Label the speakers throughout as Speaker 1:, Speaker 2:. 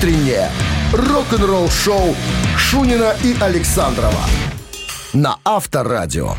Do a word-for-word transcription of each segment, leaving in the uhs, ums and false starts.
Speaker 1: Утреннее рок-н-ролл-шоу Шунина и Александрова на Авторадио.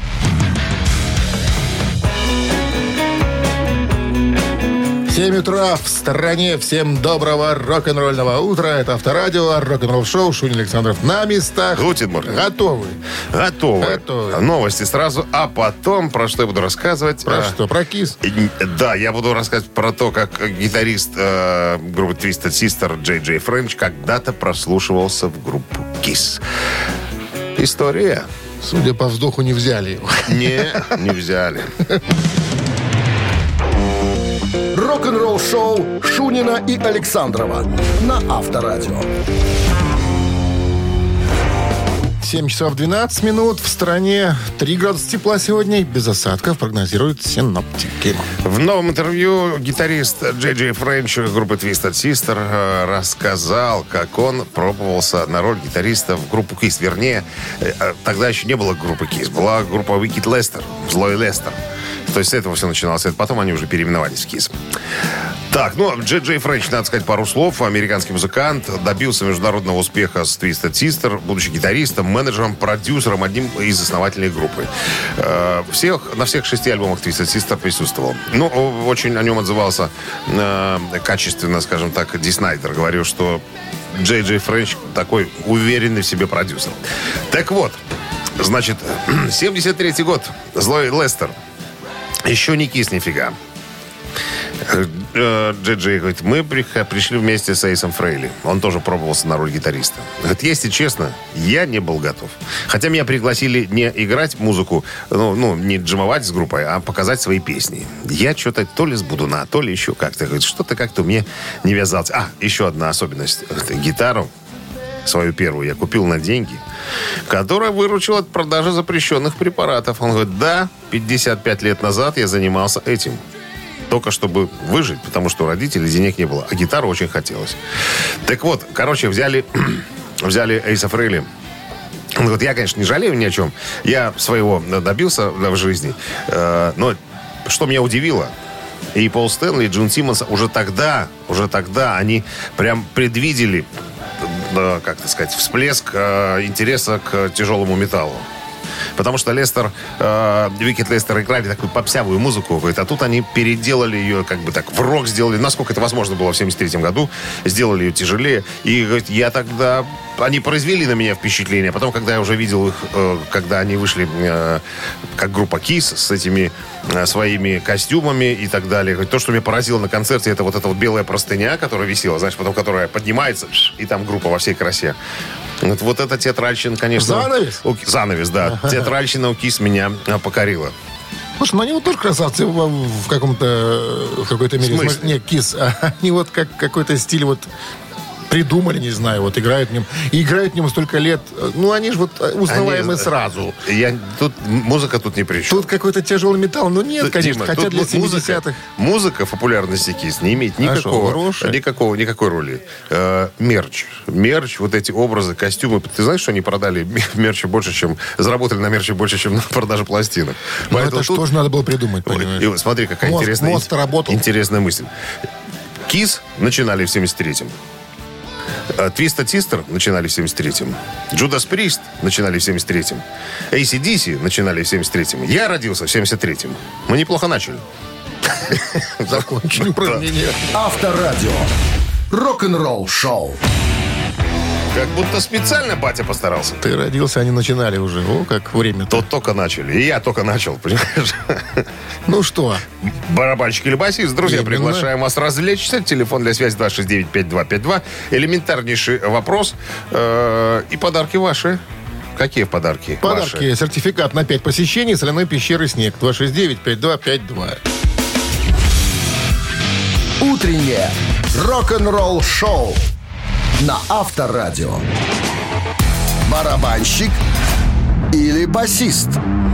Speaker 2: семь утра в стране. Всем доброго рок-н-ролльного утра. Это Авторадио, рок-н-ролл-шоу. Шунин, Александров на местах.
Speaker 3: Гутенбург.
Speaker 2: Готовы?
Speaker 3: Готовы.
Speaker 2: Готовы.
Speaker 3: Новости сразу, а потом про что я буду рассказывать?
Speaker 2: Про
Speaker 3: а,
Speaker 2: что? Про Кис?
Speaker 3: Да, я буду рассказывать про то, как гитарист э, группы Twisted Sister Джей Джей Френч когда-то прослушивался в группу Kiss. История.
Speaker 2: Судя по вздоху, не взяли его.
Speaker 3: Не, не взяли.
Speaker 1: Рок-н-ролл-шоу Шунина и Александрова на Авторадио.
Speaker 2: семь часов двенадцать минут. В стране три градуса тепла сегодня. Без осадков прогнозируют синоптики.
Speaker 3: В новом интервью гитарист Джей Джей Френч группы Twisted Sister э, рассказал, как он пробовался на роль гитариста в группу Kiss. Вернее, э, тогда еще не было группы Kiss. Была группа Wicked Lester, Злой Лестер. То есть с этого все начиналось. Потом они уже переименовались в Kiss. Так, ну, Джей Джей Френч, надо сказать пару слов. Американский музыкант, добился международного успеха с Twisted Sister, будучи гитаристом, менеджером, продюсером, одним из основателей группы. Э, всех, на всех шести альбомах Twisted Sister присутствовал. Ну, очень о нем отзывался э, качественно, скажем так, Ди Снайдер. Говорил, что Джей Джей Френч такой уверенный в себе продюсер. Так вот, значит, семьдесят третий год, Злой Лестер. Еще не Kiss нифига. Джей Джей говорит, мы пришли вместе с Эйсом Фрейли. Он тоже пробовался на роль гитариста. Говорит, если честно, я не был готов. Хотя меня пригласили не играть музыку, ну, ну не джимовать с группой, а показать свои песни. Я что-то то ли с будуна, то ли еще как-то. Говорит, что-то как-то мне не вязалось. А, еще одна особенность. Гитару свою первую я купил на деньги, которая выручила от продажи запрещенных препаратов. Он говорит, да, пятьдесят пять лет назад я занимался этим. Только чтобы выжить, потому что у родителей денег не было. А гитару очень хотелось. Так вот, короче, взяли, взяли Эйса Фрейли. Он говорит, я, конечно, не жалею ни о чем. Я своего добился в жизни. Но что меня удивило, и Пол Стэнли, и Джон Симмонс уже тогда, уже тогда они прям предвидели, как так сказать, всплеск интереса к тяжелому металлу. Потому что Лестер, э, Wicked Lester играли такую попсявую музыку, говорит, а тут они переделали ее, как бы так, в рок сделали, насколько это возможно было в семьдесят третьем году, сделали ее тяжелее. И, говорит, я тогда... Они произвели на меня впечатление. Потом, когда я уже видел их, э, когда они вышли э, как группа Kiss с этими э, своими костюмами и так далее, говорит, то, что меня поразило на концерте, это вот эта вот белая простыня, которая висела, знаешь, потом которая поднимается, и там группа во всей красе. Вот, вот эта театральщина, конечно...
Speaker 2: Занавес?
Speaker 3: У, занавес, да. Театральщина у Kiss меня а, покорила.
Speaker 2: Слушай, ну они вот тоже красавцы в, в каком-то... В какой-то мере.
Speaker 3: В смысле?
Speaker 2: Не, Kiss. А они вот как какой-то стиль вот... Придумали, не знаю, вот играют в нем. И играют в нем столько лет. Ну, они же вот узнаваемые они, сразу.
Speaker 3: Я, тут, музыка тут не при чем.
Speaker 2: Тут какой-то тяжелый металл. Ну, нет, тут, конечно.
Speaker 3: Дима,
Speaker 2: хотя для семидесятых.
Speaker 3: Музыка, музыка популярности Kiss не имеет никакого, а никакого, никакой роли. Э, мерч. Мерч, вот эти образы, костюмы. Ты знаешь, что они продали мерча больше, чем... Заработали на мерче больше, чем на продаже пластинок.
Speaker 2: Ну, это что же надо было придумать, понимаешь?
Speaker 3: И, смотри, какая
Speaker 2: мост,
Speaker 3: интересная,
Speaker 2: мост работал.
Speaker 3: интересная мысль. Kiss начинали в семьдесят третьем. Twisted Sister начинали в семьдесят третьем. Judas Priest начинали в семьдесят третьем. эй си ди си начинали в семьдесят третьем. Я родился в семьдесят третьем. Мы неплохо начали.
Speaker 2: Закончили упражнение.
Speaker 1: Авторадио. Рок-н-ролл шоу.
Speaker 3: Как будто специально батя постарался.
Speaker 2: Ты родился, они начинали уже. О, как время-то.
Speaker 3: Тот только начали. И я только начал, понимаешь?
Speaker 2: Ну что?
Speaker 3: Барабанщик или басист. Друзья,
Speaker 2: Именно.
Speaker 3: приглашаем вас развлечься. Телефон для связи два шесть девять пять два пять два. Элементарнейший вопрос. Э-э- и подарки ваши. Какие подарки?
Speaker 2: Подарки.
Speaker 3: Ваши?
Speaker 2: Сертификат на пять посещений соляной пещеры «Снег». два шесть девять пять два пять два.
Speaker 1: Утреннее рок-н-ролл шоу на Авторадио. Барабанщик или басист?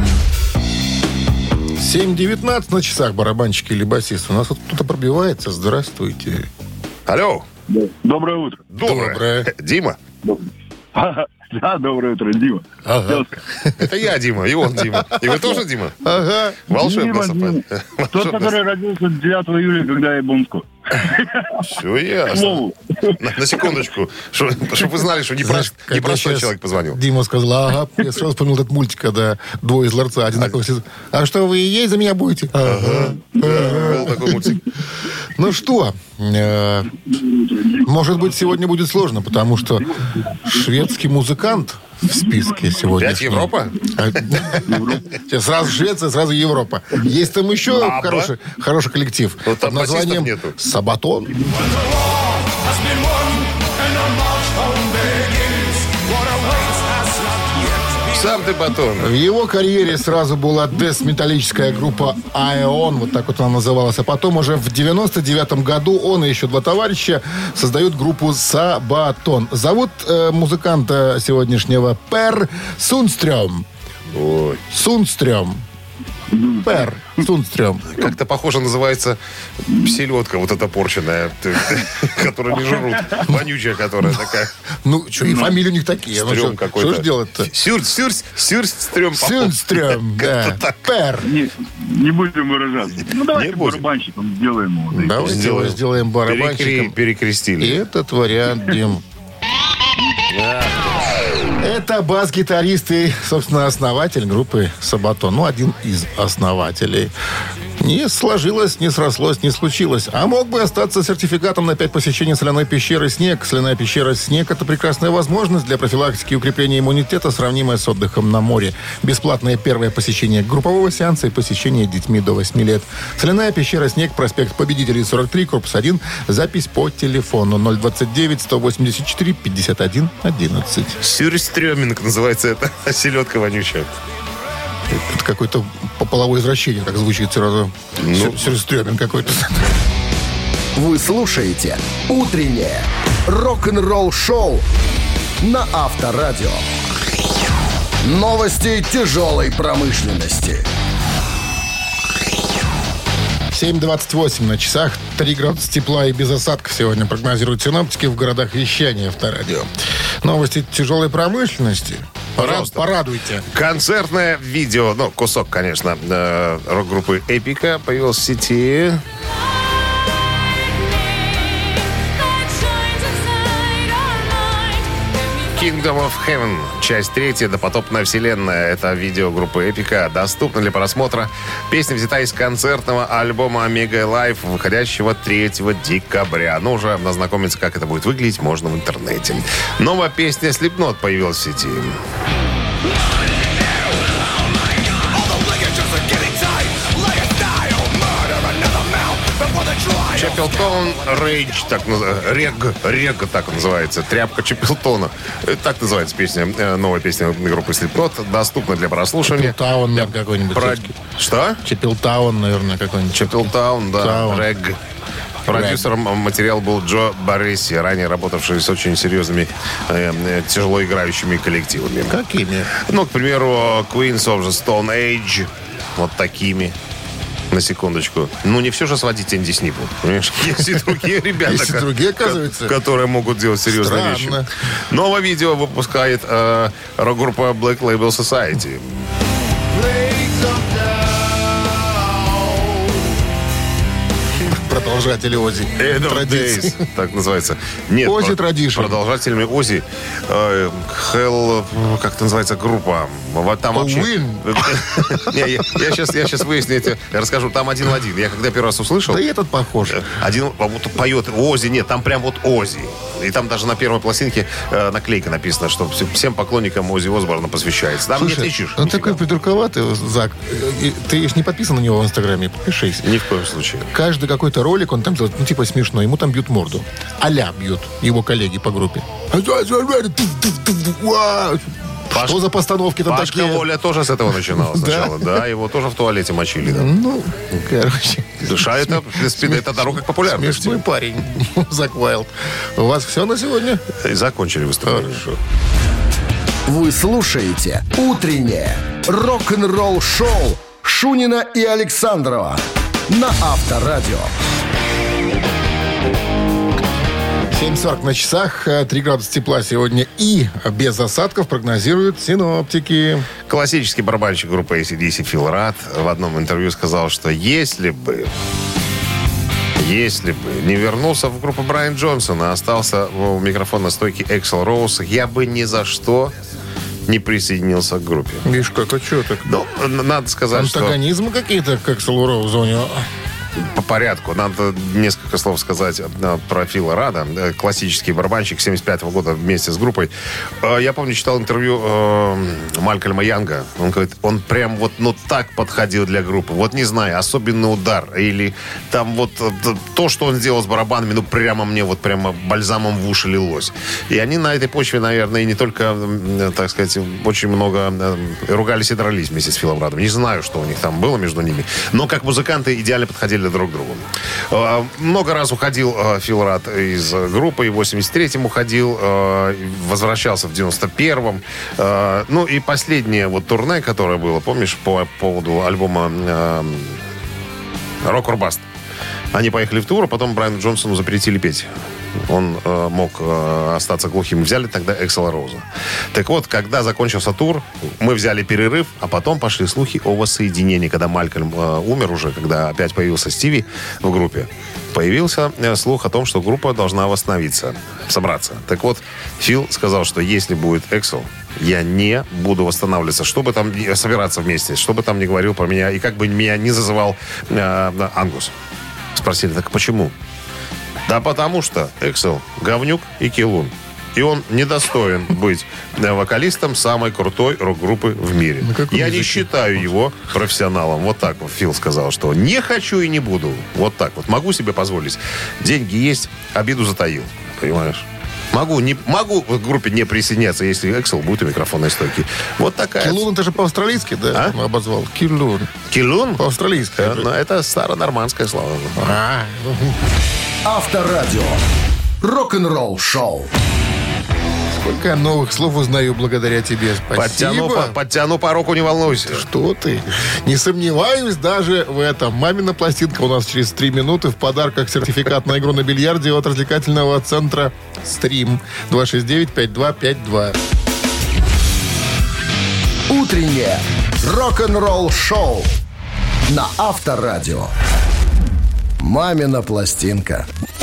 Speaker 2: семь девятнадцать на часах, барабанщик или басист. У нас вот кто-то пробивается. Здравствуйте.
Speaker 3: Алло.
Speaker 4: Доброе утро.
Speaker 3: Доброе.
Speaker 2: Доброе.
Speaker 3: Дима?
Speaker 4: Да, доброе утро, Дима.
Speaker 2: Ага.
Speaker 3: Это я, Дима, и он, Дима. И вы тоже, Дима?
Speaker 2: Ага.
Speaker 3: Волшебно
Speaker 4: Дима, Дима.
Speaker 3: совпадение.
Speaker 4: Тот, который родился девятого июля, когда я Бонску.
Speaker 3: Все ясно.
Speaker 4: Слову.
Speaker 3: На, на секундочку. Чтобы вы знали, что не,
Speaker 2: Знаешь,
Speaker 3: прост, не простой человек позвонил.
Speaker 2: Дима сказал, ага, я сразу вспомнил этот мультик, когда двое из ларца одинаково сидят. А что, вы и есть за меня будете? Ага.
Speaker 3: Был такой мультик.
Speaker 2: Ну что, э, может быть, сегодня будет сложно, потому что шведский музыкант в списке сегодня.
Speaker 3: Опять Европа?
Speaker 2: Сейчас сразу Швеция, сразу Европа. Есть там еще
Speaker 3: Аба.
Speaker 2: хороший, хороший коллектив
Speaker 3: Вот там
Speaker 2: под названием
Speaker 3: нету.
Speaker 2: «Сабатон».
Speaker 3: Сам ты батон.
Speaker 2: В его карьере сразу была дэс-металлическая группа «Айон», вот так вот она называлась. А потом уже в девяносто девятом году он и еще два товарища создают группу «Сабатон». Зовут э, музыканта сегодняшнего Пер Сунстрём.
Speaker 3: Ой.
Speaker 2: Сунстрём. Пер Сунстрём.
Speaker 3: Как-то похоже называется селедка вот эта порченая, которую не жрут. Вонючая, которая такая.
Speaker 2: Ну, что, и фамилии у них такие. Ну,
Speaker 3: Стрём
Speaker 2: что-
Speaker 3: какой-то.
Speaker 2: Что ж делать-то?
Speaker 3: Сюрс, сюрс, сюрс, стрём.
Speaker 2: Сунстрём, да. Пер.
Speaker 4: Не, не будем выражаться. Ну, давайте
Speaker 3: будем.
Speaker 4: барабанщиком сделаем его. да и
Speaker 2: Давайте его
Speaker 3: Сделаем.
Speaker 2: сделаем барабанщиком.
Speaker 3: Перекре- Перекрестили.
Speaker 2: И этот вариант, Дим. Это бас-гитарист и, собственно, основатель группы «Сабатон». Ну, один из основателей. Не сложилось, не срослось, не случилось. А мог бы остаться сертификатом на пять посещений соляной пещеры «Снег». Соляная пещера «Снег» — это прекрасная возможность для профилактики и укрепления иммунитета, сравнимая с отдыхом на море. Бесплатное первое посещение группового сеанса и посещение детьми до восьми лет. Соляная пещера «Снег», проспект Победителей, сорок три, корпус один. Запись по телефону ноль двадцать девять сто восемьдесят четыре пятьдесят один одиннадцать.
Speaker 3: Сюрстрёминг называется это. Селедка вонючая.
Speaker 2: Это какое-то половое извращение, как звучит сразу.
Speaker 3: Ну.
Speaker 2: Сюрстрёмин какой-то.
Speaker 1: Вы слушаете «Утреннее рок-н-ролл-шоу» на Авторадио. Новости тяжелой промышленности.
Speaker 2: семь двадцать восемь на часах. три градуса тепла и без осадков сегодня прогнозируют синоптики в городах вещания Авторадио. Новости тяжелой промышленности. Пора-
Speaker 3: Пожалуйста.
Speaker 2: Порадуйте.
Speaker 3: Концертное видео, ну, кусок, конечно, э, рок-группы «Эпика» появился в сети. Kingdom of Heaven, часть третья, допотопная вселенная. Это видео группы Эпика. Доступно для просмотра. Песня взята из концертного альбома Mega Live, выходящего третьего декабря. Ну, уже ознакомиться, как это будет выглядеть, можно в интернете. Новая песня Slipknot появилась в сети. Чапелтон Рейдж, так называется. Рег, Рег, так называется. Тряпка Чапелтона. Э, Так называется песня, э, новая песня группы Slipknot. Доступна для прослушивания.
Speaker 2: Чапелтаун, наверное, какой-нибудь.
Speaker 3: Про-
Speaker 2: всё-таки.
Speaker 3: Что?
Speaker 2: Чапелтаун, наверное, какой-нибудь.
Speaker 3: Чапелтаун, да.
Speaker 2: Таун.
Speaker 3: Рег. Продюсером материала был Джо Барриси, ранее работавший с очень серьезными, э, э, тяжело играющими коллективами.
Speaker 2: Какими?
Speaker 3: Ну, к примеру, Queens of the Stone Age. Вот такими. На секундочку. Ну, не все же сводить Энди Снипу. Понимаешь? Есть и другие ребята,
Speaker 2: Есть и
Speaker 3: ко-
Speaker 2: другие, оказывается.
Speaker 3: ко- которые могут делать серьезные
Speaker 2: Странно.
Speaker 3: вещи. Новое видео выпускает э, рок-группа Black Label Society.
Speaker 2: Продолжатели Ози.
Speaker 3: End of
Speaker 2: Традиции.
Speaker 3: Days, так называется. Нет,
Speaker 2: Ozzy
Speaker 3: про-
Speaker 2: Tradition.
Speaker 3: продолжателями Ози. Э, Hell, как это называется, группа. Вот там вообще...
Speaker 2: Win.
Speaker 3: Не, я, я сейчас, я сейчас выясню, я тебе расскажу. Там один в один. Я когда первый раз услышал,
Speaker 2: Да и этот похож.
Speaker 3: один а вот поет Ози, нет, там прям вот Ози. И там даже на первой пластинке э, наклейка написана, что вс- всем поклонникам Ози Осборна посвящается. Там не
Speaker 2: Слушай,
Speaker 3: отличишь.
Speaker 2: он
Speaker 3: нифига.
Speaker 2: такой придурковатый, Зак. И ты ж не подписан на него в Инстаграме, подпишись.
Speaker 3: Ни в коем случае.
Speaker 2: Каждый какой-то ролик он там делает, ну, типа смешно. Ему там бьют морду. А-ля бьют его коллеги по группе.
Speaker 3: Паш-
Speaker 2: Что за постановки там
Speaker 3: Пашка
Speaker 2: такие?
Speaker 3: Воля тоже с этого начинал
Speaker 2: Да?
Speaker 3: сначала. Да, его тоже в туалете мочили. Да.
Speaker 2: Ну, короче.
Speaker 3: Душа это, в принципе, это дорога к популярности.
Speaker 2: Смешной парень. Зак Уайлд. У вас все на сегодня?
Speaker 3: И закончили выступление.
Speaker 2: Хорошо.
Speaker 1: Вы слушаете «Утреннее рок-н-ролл-шоу» Шунина и Александрова на Авторадио.
Speaker 2: семь сорок на часах, три градуса тепла сегодня и без осадков прогнозируют синоптики.
Speaker 3: Классический барабанщик группы эй си ди си Фил Рад в одном интервью сказал, что если бы если бы не вернулся в группу Брайан Джонсон, а остался у микрофона стойки Эксел Роуз, я бы ни за что не присоединился к группе.
Speaker 2: Видишь, как, а что так?
Speaker 3: Ну, надо сказать,
Speaker 2: антагонизмы
Speaker 3: что...
Speaker 2: какие-то, как Эксел Роуза у него?
Speaker 3: По порядку. Надо несколько слов сказать про Фила Рада. Классический барабанщик семьдесят пятого года вместе с группой. Я помню, читал интервью Малькольма Янга. Он говорит, он прям вот ну так подходил для группы. Вот не знаю, особенный удар. Или там вот то, что он сделал с барабанами, ну прямо мне вот прямо бальзамом в уши лилось. И они на этой почве, наверное, и не только, так сказать, очень много ругались и дрались вместе с Филом Радом. Не знаю, что у них там было между ними. Но как музыканты идеально подходили друг к другу. Много раз уходил Фил Рад из группы, и в восемьдесят третьем уходил, возвращался в девяносто первом. Ну и последнее вот турне, которое было, помнишь, по поводу альбома «Rock or Bust». Они поехали в тур, а потом Брайану Джонсону запретили петь. Он э, мог э, остаться глухим. Взяли тогда Эксела Роуза. Так вот, когда закончился тур, мы взяли перерыв, а потом пошли слухи о воссоединении. Когда Малькольм э, умер уже, когда опять появился Стиви в группе, появился э, слух о том, что группа должна восстановиться, собраться. Так вот, Фил сказал, что если будет Эксел, я не буду восстанавливаться, чтобы там собираться вместе, чтобы там не говорил про меня, и как бы меня не зазывал э, Ангус. Спросили, так почему? Да потому что Эксел говнюк и килун. И он недостоин быть вокалистом самой крутой рок-группы в мире. Я языке? не считаю его профессионалом. Вот так вот Фил сказал, что не хочу и не буду. Вот так вот. Могу себе позволить. Деньги есть, обиду затаил. Понимаешь? Могу, не, могу к группе не присоединяться, если Эксел будет у микрофонной стойки. Вот такая.
Speaker 2: Килун, это же по-австралийски, да? А? Обозвал. Килун.
Speaker 3: Килун?
Speaker 2: По-австралийски.
Speaker 3: Да, но это старонормандское слово.
Speaker 2: А.
Speaker 1: Авторадио. Рок-н-ролл шоу.
Speaker 2: Сколько я новых слов узнаю благодаря тебе. Спасибо.
Speaker 3: Подтяну, по, подтяну по руку, не волнуйся.
Speaker 2: Что ты? Не сомневаюсь даже в этом. Мамина пластинка у нас через три минуты. В подарках сертификат на игру на бильярде от развлекательного центра «Стрим». два шесть девять пять два пять два.
Speaker 1: Утреннее рок-н-ролл шоу на Авторадио. Мамина пластинка.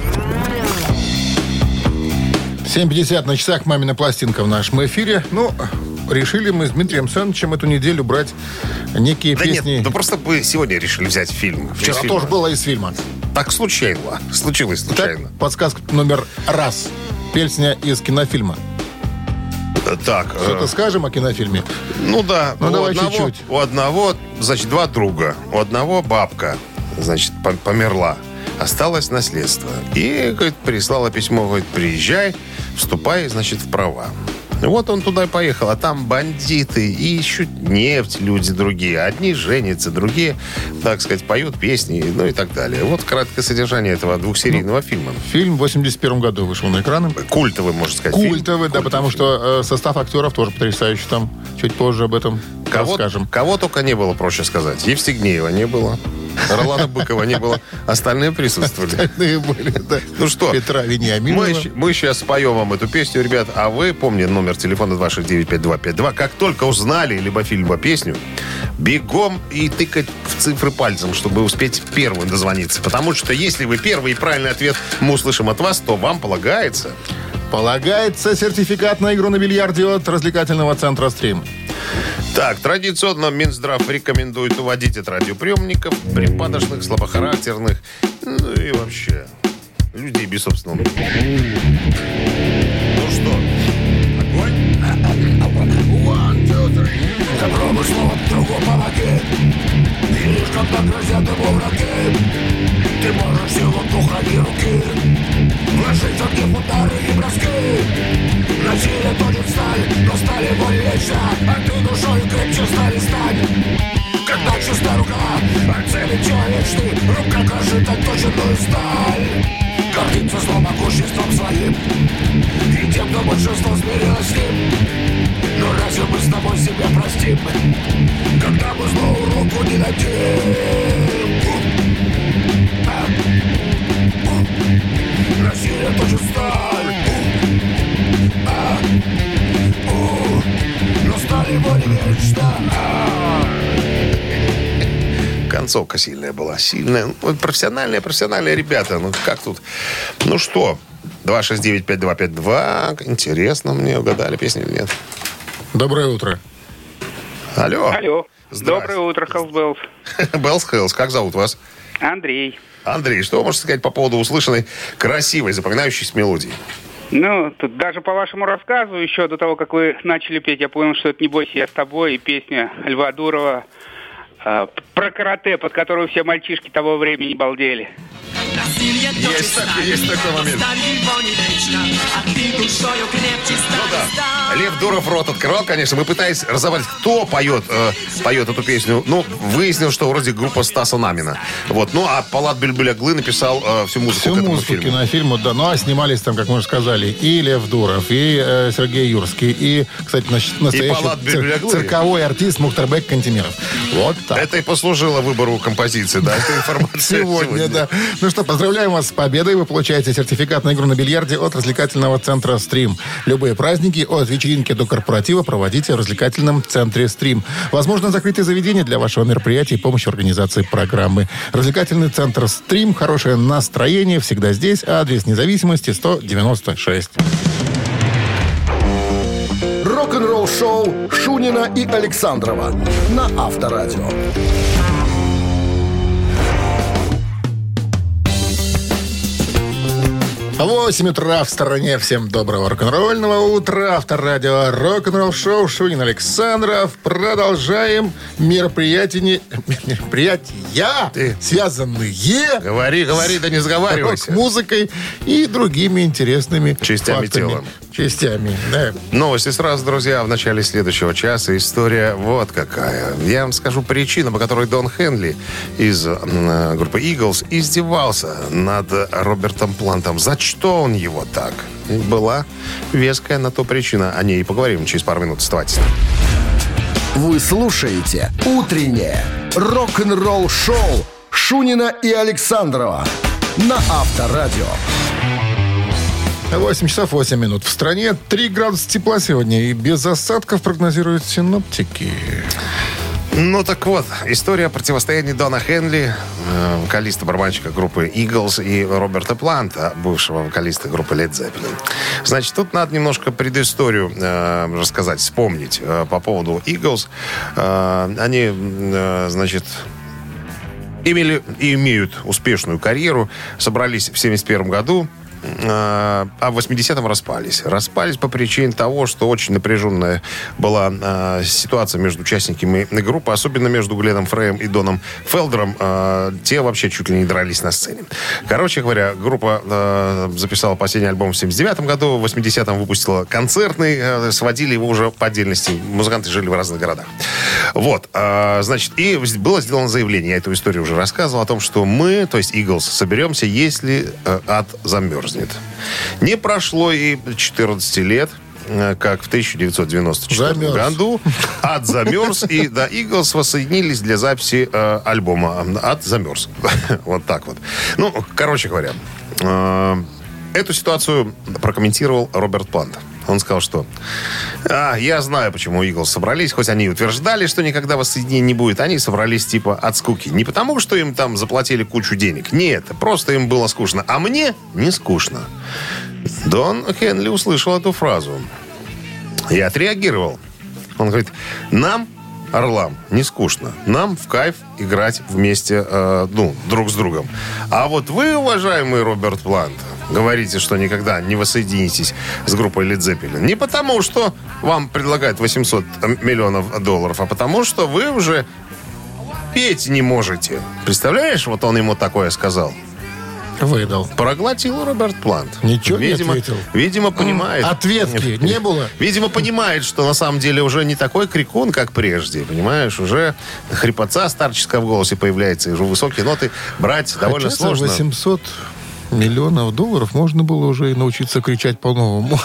Speaker 2: семь пятьдесят на часах, «Мамина пластинка» в нашем эфире. Ну, решили мы с Дмитрием Александровичем эту неделю брать некие
Speaker 3: да
Speaker 2: песни.
Speaker 3: Нет, ну просто мы сегодня решили взять фильм.
Speaker 2: Вчера
Speaker 3: фильма.
Speaker 2: тоже было из фильма.
Speaker 3: Так случайно. Случилось случайно.
Speaker 2: Так, подсказка номер раз. Песня из кинофильма.
Speaker 3: Так.
Speaker 2: Что-то
Speaker 3: э...
Speaker 2: скажем о кинофильме?
Speaker 3: Ну да.
Speaker 2: Ну
Speaker 3: у
Speaker 2: давай
Speaker 3: одного,
Speaker 2: чуть-чуть.
Speaker 3: У одного, значит, два друга. У одного бабка, значит, померла. Осталось наследство. И, говорит, прислала письмо, говорит, приезжай, вступай, значит, в права. Вот он туда и поехал, а там бандиты, и ищут нефть люди другие. Одни женятся, другие, так сказать, поют песни, ну и так далее. Вот краткое содержание этого двухсерийного ну, фильма.
Speaker 2: Фильм в восемьдесят первом году вышел на экраны.
Speaker 3: Культовый, можно сказать.
Speaker 2: Культовый,
Speaker 3: фильм.
Speaker 2: да, Культовый потому фильм. Что э, состав актеров тоже потрясающий. Там чуть позже об этом
Speaker 3: кого,
Speaker 2: расскажем.
Speaker 3: Кого только не было, проще сказать. Евстигнеева не было. Ролана Быкова не было. Остальные присутствовали.
Speaker 2: Остальные были, да.
Speaker 3: Ну что,
Speaker 2: Петра Вениаминова.
Speaker 3: Мы, мы сейчас споем вам эту песню, ребят. А вы, помните, номер телефона два шесть девять пять два пять два. Как только узнали либо фильм, либо песню, бегом и тыкать в цифры пальцем, чтобы успеть первым дозвониться. Потому что если вы первый и правильный ответ мы услышим от вас, то вам полагается...
Speaker 2: Полагается сертификат на игру на бильярде от развлекательного центра «Стрим».
Speaker 3: Так, традиционно Минздрав рекомендует уводить от радиоприемников припадочных, слабохарактерных, ну и вообще людей без собственного. Ну что, огонь?
Speaker 5: Попробуй словом другу помоги. Видишь, когда грозят ему враги. Ты можешь силу духа и руки вложить в огне удары и броски. Насилие точит сталь, но стали боль вечно. А ты душой крепче стали стань. Когда чиста рука, от цели человечной, рука крошит отточенную сталь. Гордится зло могуществом своим и тем, кто большинство смирилось с ним. Но разве мы с тобой себя простим, когда мы злую руку не дадим? Насилие точит сталь, но сталь его не вечно.
Speaker 3: К концу концовка сильная была. Сильная. Ну, профессиональные, профессиональные ребята. Ну, как тут? Ну что? два шесть девять пять два пять два. Интересно мне, угадали песню или нет?
Speaker 2: Доброе утро.
Speaker 3: Алло.
Speaker 6: Алло. Доброе утро, Хэлс Беллс.
Speaker 3: Беллс Хэлс. Как зовут вас?
Speaker 6: Андрей.
Speaker 3: Андрей, что вы можете сказать по поводу услышанной красивой, запоминающейся мелодии?
Speaker 6: Ну, тут даже по вашему рассказу, еще до того, как вы начали петь, я понял, что это «Не бойся, я с тобой» и песня Льва Дурова э, про карате, под которую все мальчишки того времени балдели.
Speaker 3: Есть, так, есть такой момент. Ну да. Лев Дуров рот открывал, конечно. Мы пытались разобрать, кто поет, э, поет эту песню. Ну, выяснил, что вроде группа Стаса Намина. Вот. Ну, а Палат Бульбуляглы написал э, всю музыку
Speaker 2: Всю
Speaker 3: к этому
Speaker 2: музыку
Speaker 3: фильму.
Speaker 2: кинофильму, да. Ну, а снимались там, как мы уже сказали, и Лев Дуров, и э, Сергей Юрский, и, кстати, нач- настоящий
Speaker 3: Палат
Speaker 2: цир-
Speaker 3: Бульбуляглы.
Speaker 2: цирковой артист Мухтарбек Кантемиров. Вот так.
Speaker 3: Это и послужило выбору композиции, да, эта информация
Speaker 2: Сегодня, да. Ну что, поздравляем вас с победой. Вы получаете сертификат на игру на бильярде от развлекательного центра «Стрим». Любые праздники от вечеринки до корпоратива проводите в развлекательном центре «Стрим». Возможно, закрытие заведения для вашего мероприятия и помощь в организации программы. Развлекательный центр «Стрим». Хорошее настроение. Всегда здесь. Адрес Независимости сто девяносто шесть.
Speaker 1: Рок-н-ролл шоу Шунина и Александрова на Авторадио.
Speaker 2: восемь утра в стороне. Всем доброго рок-н-ролльного утра. Авторадио рок-н-ролл шоу Шунин Александров. Продолжаем мероприятия, мероприятия
Speaker 3: Ты.
Speaker 2: связанные
Speaker 3: Говори, говори, да не сговаривайся.
Speaker 2: рок-музыкой и другими интересными
Speaker 3: Частями
Speaker 2: фактами.
Speaker 3: тела.
Speaker 2: Частями, да.
Speaker 3: Новости сразу, друзья, в начале следующего часа. История вот какая. Я вам скажу причину, по которой Дон Хенли из э, группы Eagles издевался над Робертом Плантом. За что он его так? Была веская на то причина. О ней и поговорим через пару минут. Оставайтесь.
Speaker 1: Вы слушаете «Утреннее рок-н-ролл-шоу» Шунина и Александрова на Авторадио.
Speaker 2: восемь часов восемь минут. В стране три градуса тепла сегодня. И без осадков прогнозируют синоптики.
Speaker 3: Ну так вот, история противостояния Дона Хенли, э, вокалиста-барабанщика группы Eagles, и Роберта Планта, бывшего вокалиста группы Led Zeppelin. Значит, тут надо немножко предысторию э, рассказать, вспомнить э, по поводу Eagles. Э, они, э, значит... имели и имеют успешную карьеру, собрались в семьдесят первом году, а в восьмидесятом распались. Распались по причине того, что очень напряженная была э, ситуация между участниками группы, особенно между Гленном Фреем и Доном Фелдером. Э, те вообще чуть ли не дрались на сцене. Короче говоря, группа э, записала последний альбом в семьдесят девятом году, в восьмидесятом выпустила концертный, э, сводили его уже по отдельности. Музыканты жили в разных городах. Вот, э, значит, и было сделано заявление, я эту историю уже рассказывал, о том, что мы, то есть Eagles, соберемся, если э, ад замерзнет. Не прошло и четырнадцати лет, как в тысяча девятьсот девяносто четвёртом году ад замерз, и да, Eagles воссоединились для записи э, альбома «Ад замерз». Вот так вот. Ну, короче говоря, э, эту ситуацию прокомментировал Роберт Плант. Он сказал, что а, я знаю, почему Eagles собрались, хоть они и утверждали, что никогда воссоединения не будет, они собрались типа от скуки. Не потому, что им там заплатили кучу денег. Нет, просто им было скучно. А мне не скучно. Дон Хенли услышал эту фразу и отреагировал. Он говорит, нам, орлам, не скучно. Нам в кайф играть вместе, э, ну, друг с другом. А вот вы, уважаемый Роберт Плант, говорите, что никогда не воссоединитесь с группой Led Zeppelin. Не потому, что вам предлагают восемьсот миллионов долларов, а потому, что вы уже петь не можете. Представляешь, вот он ему такое сказал.
Speaker 2: Выдал.
Speaker 3: Проглотил Роберт Плант.
Speaker 2: Ничего
Speaker 3: видимо,
Speaker 2: не ответил.
Speaker 3: Видимо, понимает.
Speaker 2: Ответки не было.
Speaker 3: Видимо, понимает, что на самом деле уже не такой крикун, как прежде. Понимаешь, уже хрипотца старческая в голосе появляется, и уже высокие ноты брать довольно
Speaker 2: Хотя
Speaker 3: сложно.
Speaker 2: за восемьсот миллионов долларов можно было уже и научиться кричать по-новому.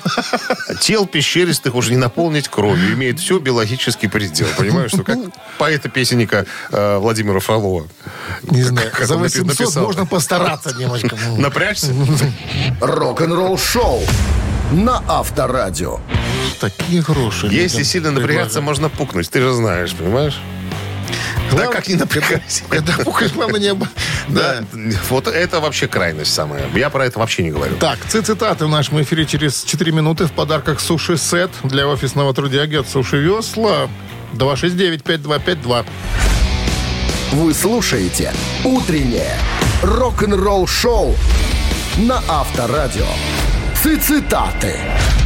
Speaker 3: Тел пещеристых уже не наполнить кровью. Имеет все биологический предел. Понимаешь, что как поэта-песенника э, Владимира Фролова.
Speaker 2: Не знаю.
Speaker 3: Как
Speaker 2: За
Speaker 3: он
Speaker 2: восемьсот
Speaker 3: написал.
Speaker 2: можно постараться немножко.
Speaker 3: Напрячься?
Speaker 1: Рок-н-ролл шоу на Авторадио.
Speaker 2: Такие хорошие.
Speaker 3: Если
Speaker 2: людям
Speaker 3: сильно напрягаться,
Speaker 2: предлагают.
Speaker 3: можно пукнуть. Ты же знаешь, понимаешь? Да как не напрягайся.
Speaker 2: Когда пукаешь, главное не...
Speaker 3: Да, вот это вообще крайность самая. Я про это вообще не говорю.
Speaker 2: Так, цитаты в нашем эфире через четыре минуты. В подарках суши-сет для офисного трудяги от Суши Весла. два шесть девять пять два пять два.
Speaker 1: Вы слушаете «Утреннее рок-н-ролл-шоу» на Авторадио. Цитаты.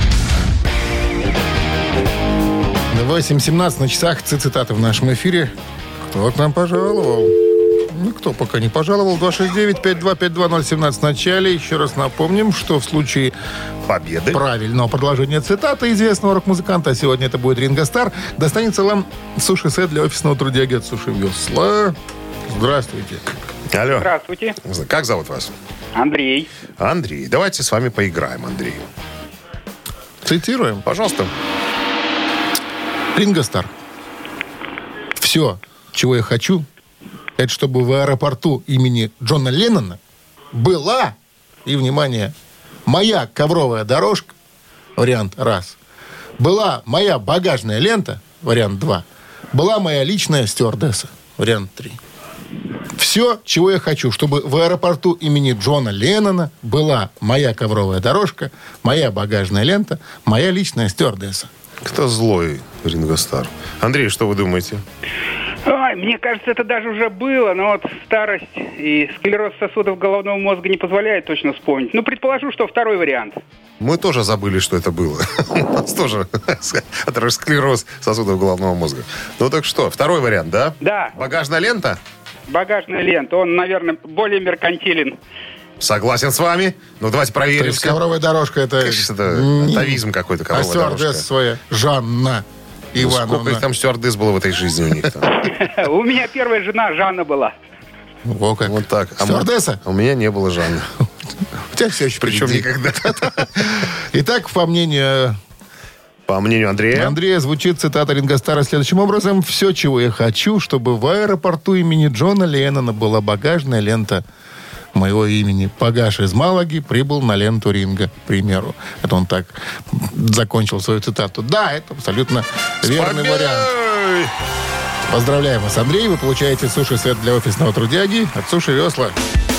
Speaker 2: восемь семнадцать на часах. Цитаты в нашем эфире. Кто к нам пожаловал? Никто пока не пожаловал. два шесть девять пять два пять два ноль семнадцать в начале. Еще раз напомним, что в случае
Speaker 3: победы
Speaker 2: правильного продолжения цитаты известного рок-музыканта, а сегодня это будет Ринго Стар, достанется вам суши-сет для офисного трудяги от Суши Весла. Здравствуйте.
Speaker 3: Алло.
Speaker 6: Здравствуйте.
Speaker 3: Как зовут вас?
Speaker 6: Андрей.
Speaker 3: Андрей. Давайте с вами поиграем, Андрей.
Speaker 2: Цитируем.
Speaker 3: Пожалуйста.
Speaker 2: Ринго Стар. Все, чего я хочу, это чтобы в аэропорту имени Джона Леннона была, и, внимание, моя ковровая дорожка, вариант раз, была моя багажная лента, вариант два, была моя личная стюардесса, вариант три. Все, чего я хочу, чтобы в аэропорту имени Джона Леннона была моя ковровая дорожка, моя багажная лента, моя личная стюардесса.
Speaker 3: Кто злой, Ринго Стар? Андрей, что вы думаете?
Speaker 6: Ой, мне кажется, это даже уже было, но вот старость и склероз сосудов головного мозга не позволяет точно вспомнить. Ну, предположу, что второй вариант.
Speaker 3: Мы тоже забыли, что это было. У нас тоже атеросклероз сосудов головного мозга. Ну так что, второй вариант, да?
Speaker 6: Да.
Speaker 3: Багажная лента?
Speaker 6: Багажная лента. Он, наверное, более меркантилен.
Speaker 3: Согласен с вами. Ну, давайте проверим.
Speaker 2: То есть ковровая дорожка это...
Speaker 3: Конечно, это атовизм какой-то,
Speaker 2: А
Speaker 3: ковровая дорожка.
Speaker 2: стюардесса своя Жанна
Speaker 3: Ну,
Speaker 2: Ивановна.
Speaker 3: сколько их там стюардесс было в этой жизни у них там?
Speaker 6: У меня первая жена Жанна была.
Speaker 2: Во как.
Speaker 3: Вот так. А
Speaker 2: Стюардесса?
Speaker 3: У меня не было Жанны.
Speaker 2: У тебя все еще
Speaker 3: Причем
Speaker 2: впереди.
Speaker 3: никогда.
Speaker 2: Итак, по мнению
Speaker 3: По мнению Андрея.
Speaker 2: Андрея, звучит цитата Ринго Стара следующим образом. «Все, чего я хочу, чтобы в аэропорту имени Джона Леннона была багажная лента моего имени. Пагаш из Малаги прибыл на ленту Ринго», к примеру. Это он так закончил свою цитату. Да, это абсолютно верный
Speaker 3: Победой!
Speaker 2: вариант. Поздравляем вас, Андрей. Вы получаете суши-сет для офисного трудяги от Суши Весла.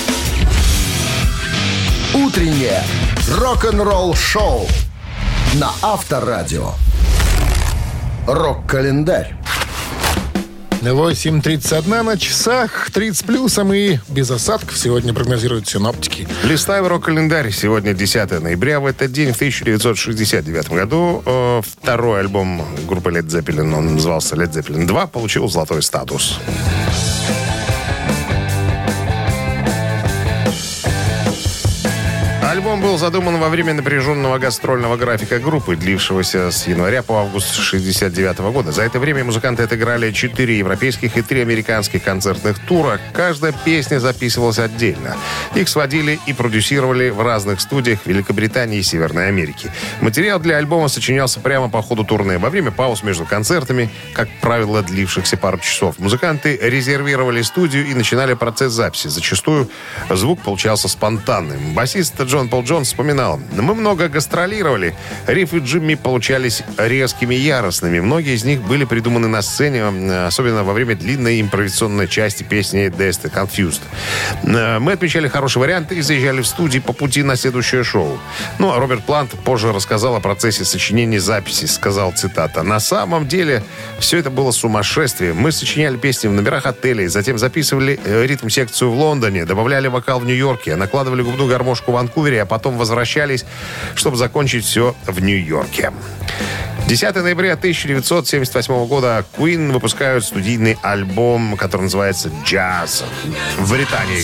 Speaker 1: «Утреннее рок-н-ролл-шоу» на Авторадио. Рок-календарь.
Speaker 2: восемь тридцать один на часах, тридцать плюсом и без осадков сегодня прогнозируют синоптики.
Speaker 3: Листаем рок-календарь. Сегодня десятое ноября. В этот день, в тысяча девятьсот шестьдесят девятом году, э, второй альбом группы Led Zeppelin, он назывался Led Zeppelin два, получил золотой статус. Альбом был задуман во время напряженного гастрольного графика группы, длившегося с января по август шестьдесят девятого года. За это время музыканты отыграли четыре европейских и три американских концертных тура. Каждая песня записывалась отдельно. Их сводили и продюсировали в разных студиях Великобритании и Северной Америки. Материал для альбома сочинялся прямо по ходу турне, во время пауз между концертами, как правило, длившихся пару часов. Музыканты резервировали студию и начинали процесс записи. Зачастую звук получался спонтанным. Басист Джон Пол Джонс вспоминал: «Мы много гастролировали. Рифы Джимми получались резкими и яростными. Многие из них были придуманы на сцене, особенно во время длинной импровизационной части песни «Dest Confused». Мы отмечали хороший вариант и заезжали в студию по пути на следующее шоу». Ну, а Роберт Плант позже рассказал о процессе сочинения записи. Сказал, цитата: «На самом деле все это было сумасшествие. Мы сочиняли песни в номерах отелей, затем записывали ритм-секцию в Лондоне, добавляли вокал в Нью-Йорке, накладывали губную гармошку в Ванкувере, а потом возвращались, чтобы закончить все в Нью-Йорке». десятое ноября тысяча девятьсот семьдесят восьмого года Queen выпускают студийный альбом, который называется «Jazz» в Британии.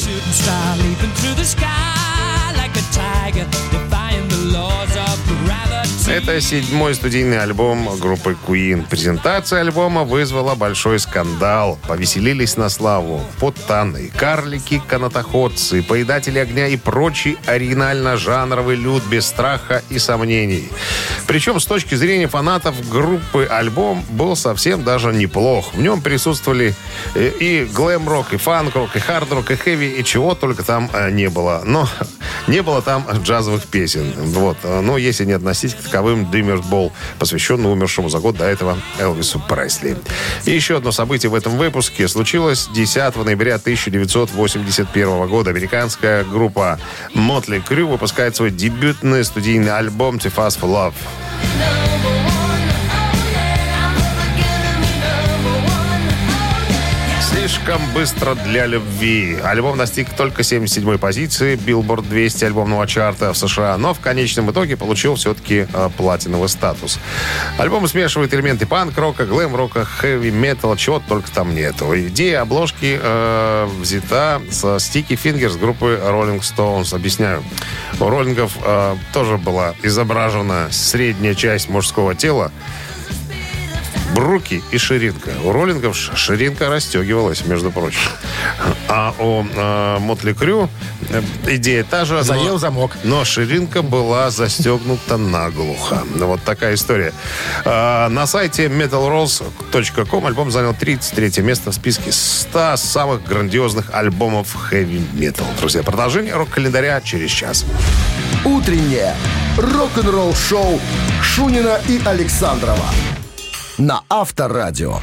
Speaker 3: Это седьмой студийный альбом группы Queen. Презентация альбома вызвала большой скандал. Повеселились на славу путаны, карлики, канатоходцы, поедатели огня и прочий оригинально-жанровый люд без страха и сомнений. Причем, с точки зрения фанатов группы, альбом был совсем даже неплох. В нем присутствовали и глэм-рок, и фанк-рок, и хард-рок, и хэви, и чего только там не было. Но не было там джазовых песен. Вот. Но если не относить к дисковым Dreamer's Ball, посвященный умершему за год до этого Элвису Пресли. И еще одно событие в этом выпуске случилось десятого ноября тысяча девятьсот восемьдесят первого года. Американская группа Motley Crue выпускает свой дебютный студийный альбом «Too Fast for Love». Слишком быстро для любви. Альбом достиг только семьдесят седьмой позиции Billboard двести альбомного чарта в США, но в конечном итоге получил все-таки э, платиновый статус. Альбом смешивает элементы панк-рока, глэм-рока, хэви-металла, чего только там нету. Идея обложки э, взята со Sticky Fingers группы Rolling Stones. Объясняю. У роллингов э, тоже была изображена средняя часть мужского тела, бруки и ширинка. У роллингов ширинка расстегивалась, между прочим. А у э, Motley Crue идея та же.
Speaker 2: Заел
Speaker 3: но,
Speaker 2: замок.
Speaker 3: Но ширинка была застегнута наглухо. Вот такая история. А, на сайте метал роллс точка ком альбом занял тридцать третье место в списке ста самых грандиозных альбомов хэви-метал. Друзья, продолжение рок-календаря через час.
Speaker 1: Утреннее рок-н-ролл-шоу Шунина и Александрова на Авторадио.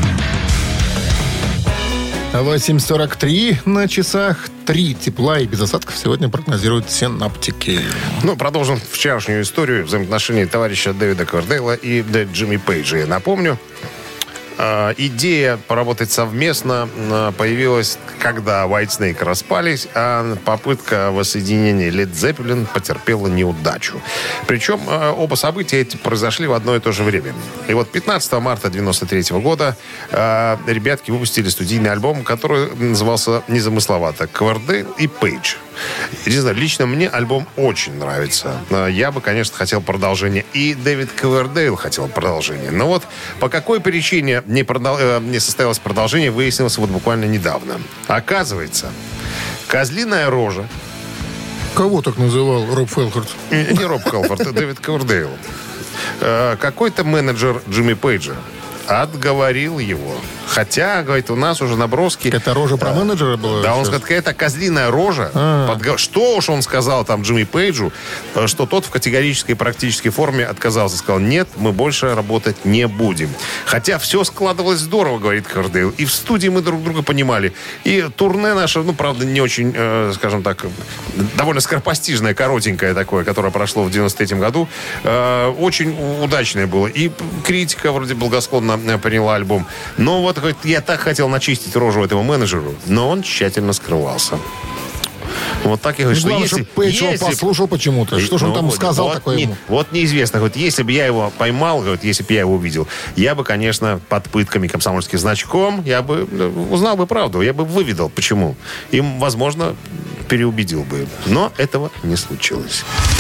Speaker 2: восемь сорок три на часах. Три тепла и без осадков сегодня прогнозируют синаптики.
Speaker 3: Ну, продолжим вчерашнюю историю взаимоотношений товарища Дэвида Ковердейла и Джимми Пейджа. Я напомню, э, идея поработать совместно э, появилась, когда White Snake распались, а попытка воссоединения Led Zeppelin потерпела неудачу. Причем э, оба события эти произошли в одно и то же время. И вот пятнадцатого марта девяносто третьего года э, ребятки выпустили студийный альбом, который назывался незамысловато «Ковердейл и Пейдж». Не знаю, лично мне альбом очень нравится. Я бы, конечно, хотел продолжения. И Дэвид Ковердейл хотел продолжения. Но вот по какой причине не, продол... не состоялось продолжение, выяснилось вот буквально недавно. Оказывается, козлиная рожа.
Speaker 2: Кого так называл Роб Фелхард?
Speaker 3: Не Роб Фелхард, а Дэвид Ковердейл. Какой-то менеджер Джимми Пейджа отговорил его. Хотя, говорит, у нас уже наброски...
Speaker 2: Это рожа про менеджера была?
Speaker 3: Да, он сказал, какая-то козлиная рожа. Подго... Что уж он сказал там Джимми Пейджу, что тот в категорической практической форме отказался. Сказал, нет, мы больше работать не будем. Хотя все складывалось здорово, говорит Ковердейл. И в студии мы друг друга понимали. И турне наше, ну, правда, не очень, э, скажем так, довольно скоропостижное, коротенькое такое, которое прошло в девяносто третьем году, э, очень удачное было. И критика вроде благосклонно приняла альбом. Но вот, говорит, я так хотел начистить рожу этому менеджеру, но он тщательно скрывался. Вот так я говорю, что
Speaker 2: главное,
Speaker 3: если...
Speaker 2: чтобы Пейдж его
Speaker 3: если...
Speaker 2: послушал почему-то. Что же он
Speaker 3: Ну,
Speaker 2: там
Speaker 3: вот,
Speaker 2: сказал
Speaker 3: вот
Speaker 2: такое
Speaker 3: не,
Speaker 2: ему?
Speaker 3: Вот неизвестно. Вот если бы я его поймал, говорит, если бы я его увидел, я бы, конечно, под пытками комсомольским значком, я бы узнал бы правду, я бы выведал, почему. Им, возможно, переубедил бы. Но этого не случилось.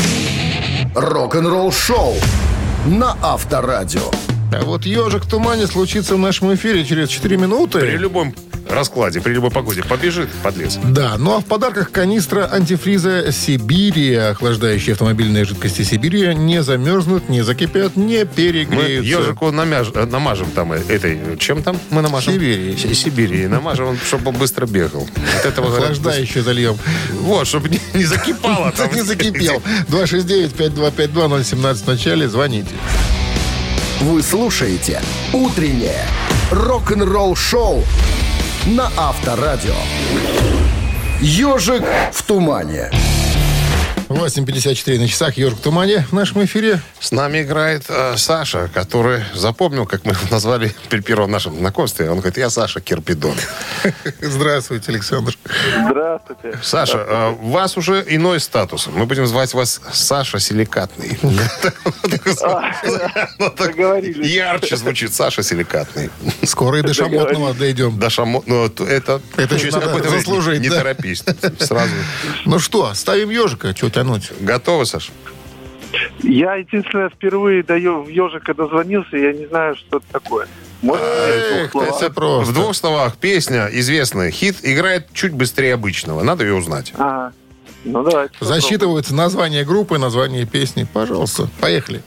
Speaker 1: Рок-н-ролл-шоу на Авторадио.
Speaker 2: А вот «Ежик в тумане» случится в нашем эфире через четыре минуты.
Speaker 3: При любом раскладе, при любой погоде побежит подлец.
Speaker 2: Да, ну а в подарках канистра антифриза «Сибирия». Охлаждающие автомобильные жидкости «Сибирия» не замерзнут, не закипят, не
Speaker 3: Мы
Speaker 2: перегреются.
Speaker 3: ежику намяж... намажем там этой... Чем там мы намажем?
Speaker 2: Сибири.
Speaker 3: С- Сибири. Намажем, чтобы он быстро бегал. Вот этого говорят,
Speaker 2: Охлаждающие зальем.
Speaker 3: вот, чтобы не, не закипало там.
Speaker 2: Не закипел. два шесть девять пять два пять два ноль семнадцать в начале. Звоните.
Speaker 1: Вы слушаете «Утреннее рок-н-ролл-шоу» на Авторадио. «Ежик в тумане».
Speaker 2: восемь пятьдесят четыре на часах. «Ежик в тумане» в нашем эфире.
Speaker 3: С нами играет э, Саша, который запомнил, как мы его назвали при первом нашем знакомстве. Он говорит, я Саша Кирпидон.
Speaker 2: Здравствуйте, Александр.
Speaker 4: Здравствуйте.
Speaker 3: Саша, э, у вас уже иной статус. Мы будем звать вас Саша Силикатный.
Speaker 4: Договорились.
Speaker 3: Ярче звучит Саша Силикатный.
Speaker 2: Скоро и до Шамотного дойдем.
Speaker 3: Да, шамо... ну, это...
Speaker 2: Это
Speaker 3: через
Speaker 2: надо
Speaker 3: какое-то время
Speaker 2: заслужить,
Speaker 3: Не
Speaker 2: да?
Speaker 3: торопись. Сразу.
Speaker 2: Ну что, ставим «Ежика». Чего тянуть?
Speaker 3: Готовы, Саша?
Speaker 4: Я, единственное, впервые даю в ежика дозвонился, я не знаю, что это такое. Может,
Speaker 2: Эх,
Speaker 4: двух
Speaker 2: ты
Speaker 4: словах?
Speaker 2: все просто.
Speaker 3: В двух словах, песня известная, хит, играет чуть быстрее обычного. Надо ее узнать.
Speaker 4: Ага. Ну, давайте. попробуем.
Speaker 2: Засчитываются название группы, название песни. Пожалуйста, поехали.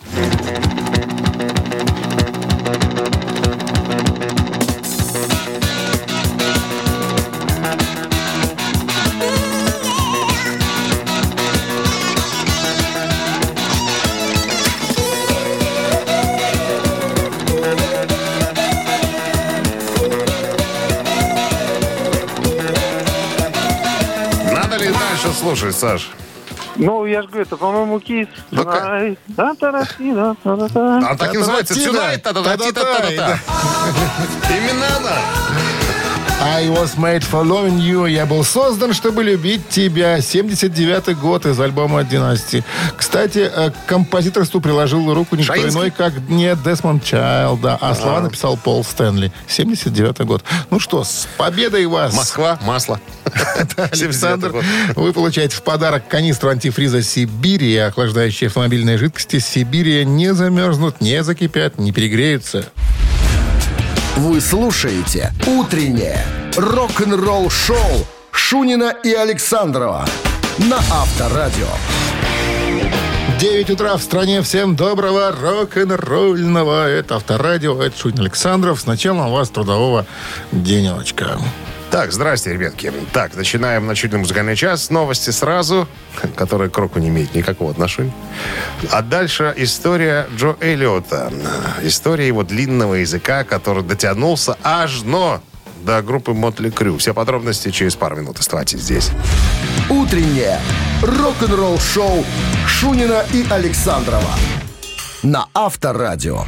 Speaker 3: слушает, Саш?
Speaker 4: Ну, я же говорю, это, по-моему, Кис.
Speaker 3: Ну, как?
Speaker 4: Ай,
Speaker 3: А так и называется
Speaker 2: Тonight.
Speaker 3: Tonight. Та-та-та-та-та-та. Именно она.
Speaker 2: I was made for loving you. Я был создан, чтобы любить тебя. семьдесят девятый год из альбома «Династии». Кстати, к композиторству приложил руку никто
Speaker 3: Шаинский?
Speaker 2: иной, как не Десмонд Чайлд, да, а слова написал Пол Стэнли. семьдесят девятый год. Ну что, с победой вас!
Speaker 3: Москва, масло.
Speaker 2: Александр, вы получаете в подарок канистру антифриза «Сибирия». Охлаждающие автомобильные жидкости «Сибирия» не замерзнут, не закипят, не перегреются.
Speaker 1: Вы слушаете «Утреннее рок-н-ролл-шоу» Шунина и Александрова на Авторадио.
Speaker 2: девять утра в стране. Всем доброго рок-н-ролльного. Это Авторадио, это Шунин Александров. С началом у вас трудового денечка.
Speaker 3: Так, здрасте, ребятки. Так, начинаем начальный музыкальный час. Новости сразу, которые к року не имеют никакого отношения. А дальше история Джо Эллиота. История его длинного языка, который дотянулся аж но до группы Мотли Крю. Все подробности через пару минут. Оставайтесь здесь.
Speaker 1: Утреннее рок-н-ролл-шоу Шунина и Александрова на Авторадио.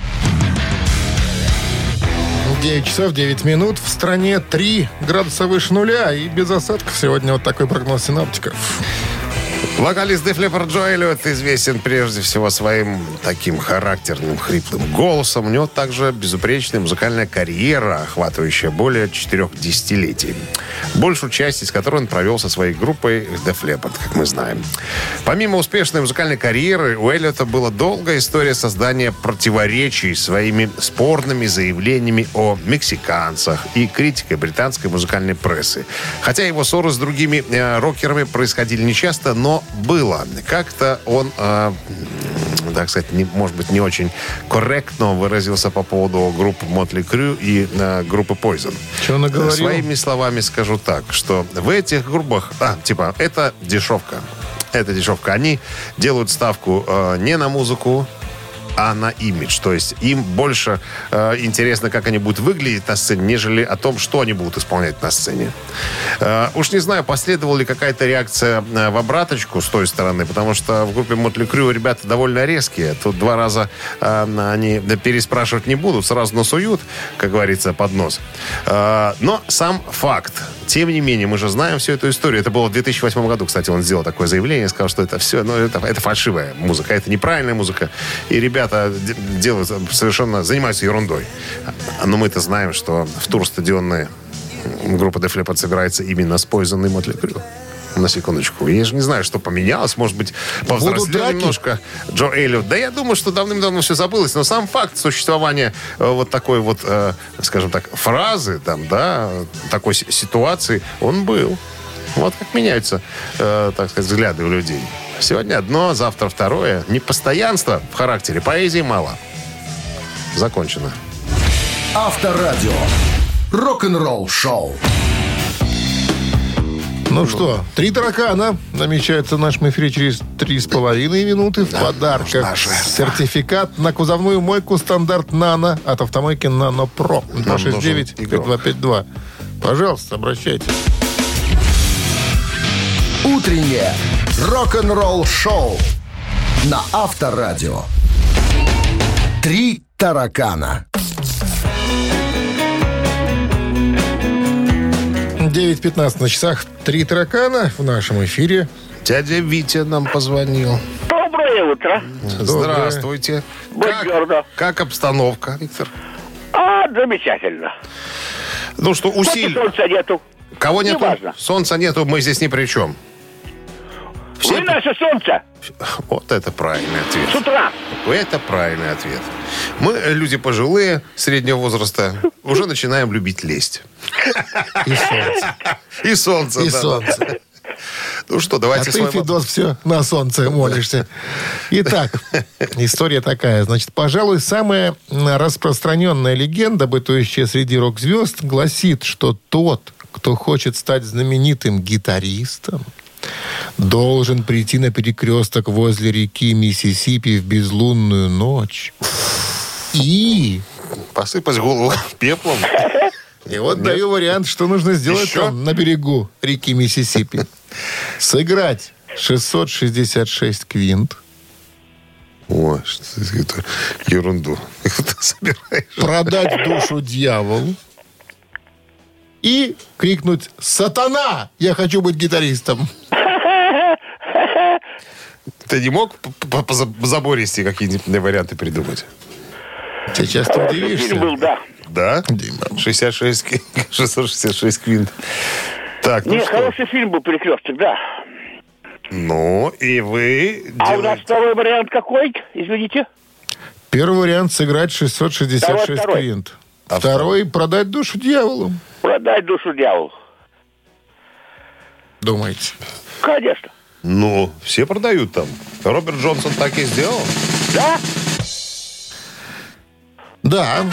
Speaker 2: девять часов девять минут. В стране три градуса выше нуля и без осадков. Сегодня вот такой прогноз синоптиков.
Speaker 3: Вокалист Def Leppard Джо Эллиот известен прежде всего своим таким характерным, хриплым голосом. У него также безупречная музыкальная карьера, охватывающая более четырех десятилетий. Большую часть из которой он провел со своей группой Def Leppard, как мы знаем. Помимо успешной музыкальной карьеры, у Эллиота была долгая история создания противоречий своими спорными заявлениями о мексиканцах и критикой британской музыкальной прессы. Хотя его ссоры с другими э, рокерами происходили нечасто, но было. Как-то он, э, так сказать, не, может быть, не очень корректно выразился по поводу группы Мотли Крю и э, группы Poison.
Speaker 2: Что он наговорил?
Speaker 3: Своими словами скажу так, что в этих группах, а, типа, это дешевка. Это дешевка. Они делают ставку э, не на музыку, а на имидж. То есть им больше э, интересно, как они будут выглядеть на сцене, нежели о том, что они будут исполнять на сцене. Э, уж не знаю, последовала ли какая-то реакция э, в обраточку с той стороны, потому что в группе Мотли Крю ребята довольно резкие. Тут два раза э, они переспрашивать не будут, сразу насуют, как говорится, под нос. Э, но сам факт. Тем не менее, мы же знаем всю эту историю. Это было в две тысячи восьмом году, кстати, он сделал такое заявление, сказал, что это все, ну, это, это фальшивая музыка, это неправильная музыка. И ребята делают совершенно, занимаются ерундой. Но мы-то знаем, что в тур стадионной группа Def Leppard собирается именно с Poison и Мотли Крю. На секундочку. Я же не знаю, что поменялось. Может быть, повзрослел немножко Джо Эллиот. Да я думаю, что давным-давно все забылось. Но сам факт существования э, вот такой вот, э, скажем так, фразы, там, да, такой ситуации, он был. Вот как меняются, э, так сказать, взгляды у людей. Сегодня одно, завтра второе. Непостоянство в характере. Поэзии мало. Закончено.
Speaker 1: Авторадио. Рок-н-ролл шоу.
Speaker 2: Ну что, три таракана намечается в нашем эфире через три с половиной минуты. В
Speaker 3: Да,
Speaker 2: подарках
Speaker 3: наша жертва.
Speaker 2: сертификат на кузовную мойку стандарт «Нано» от автомойки «Нано Про». два шесть девять пять два пять два. Пожалуйста, обращайтесь.
Speaker 1: Утреннее рок-н-ролл шоу на Авторадио. Три таракана.
Speaker 2: девять пятнадцать на часах. Три таракана в нашем эфире.
Speaker 3: Дядя Витя нам позвонил.
Speaker 7: Доброе утро.
Speaker 3: Здравствуйте. Как,
Speaker 7: Бонжорно.
Speaker 3: как обстановка, Виктор?
Speaker 7: А, замечательно.
Speaker 3: Ну что,
Speaker 7: Хоть и
Speaker 3: усиль...
Speaker 7: солнца нету.
Speaker 3: Кого нету?
Speaker 7: Неважно.
Speaker 3: Солнца нету, мы здесь ни при чем. Все...
Speaker 7: Вы наше солнце
Speaker 3: Вот это правильный ответ.
Speaker 7: с утра.
Speaker 3: Это правильный ответ. Мы, люди пожилые, среднего возраста, уже начинаем любить лесть.
Speaker 2: И солнце.
Speaker 3: И солнце.
Speaker 2: И
Speaker 3: да,
Speaker 2: солнце.
Speaker 3: да. Ну что,
Speaker 2: А
Speaker 3: давайте
Speaker 2: ты,
Speaker 3: с вами...
Speaker 2: Федос, все на солнце молишься. Итак, история такая. Значит, пожалуй, самая распространенная легенда, бытующая среди рок-звезд, гласит, что тот, кто хочет стать знаменитым гитаристом, должен прийти на перекресток возле реки Миссисипи в безлунную ночь и...
Speaker 3: Посыпать голову пеплом.
Speaker 2: И вот даю вариант, что нужно сделать
Speaker 3: Еще?
Speaker 2: там, на берегу реки Миссисипи. Сыграть шестьсот шестьдесят шесть квинт.
Speaker 3: Ой, что это ерунду. Ты собираешь.
Speaker 2: Продать душу дьяволу. И крикнуть: «Сатана! Я хочу быть гитаристом!»
Speaker 3: Ты не мог по забористи какие-нибудь варианты придумать?
Speaker 2: Сейчас ты удивишься.
Speaker 7: Фильм был, да.
Speaker 3: Да?
Speaker 2: Дима.
Speaker 3: шестьдесят шесть, шестьсот шестьдесят шесть квинт. Так, ну
Speaker 7: Не,
Speaker 3: что?
Speaker 7: хороший фильм был «Перекресток», да.
Speaker 3: Ну, и вы
Speaker 7: А у нас
Speaker 3: делаете...
Speaker 7: второй вариант какой? Извините.
Speaker 2: Первый вариант — сыграть шестьсот шестьдесят шесть
Speaker 7: Второй, второй.
Speaker 2: квинт.
Speaker 3: А
Speaker 2: Второй — продать душу дьяволу.
Speaker 7: Продать душу дьяволу.
Speaker 2: Думаете?
Speaker 7: Конечно.
Speaker 3: Ну, все продают там. Роберт Джонсон так и сделал.
Speaker 7: Да?
Speaker 2: Да.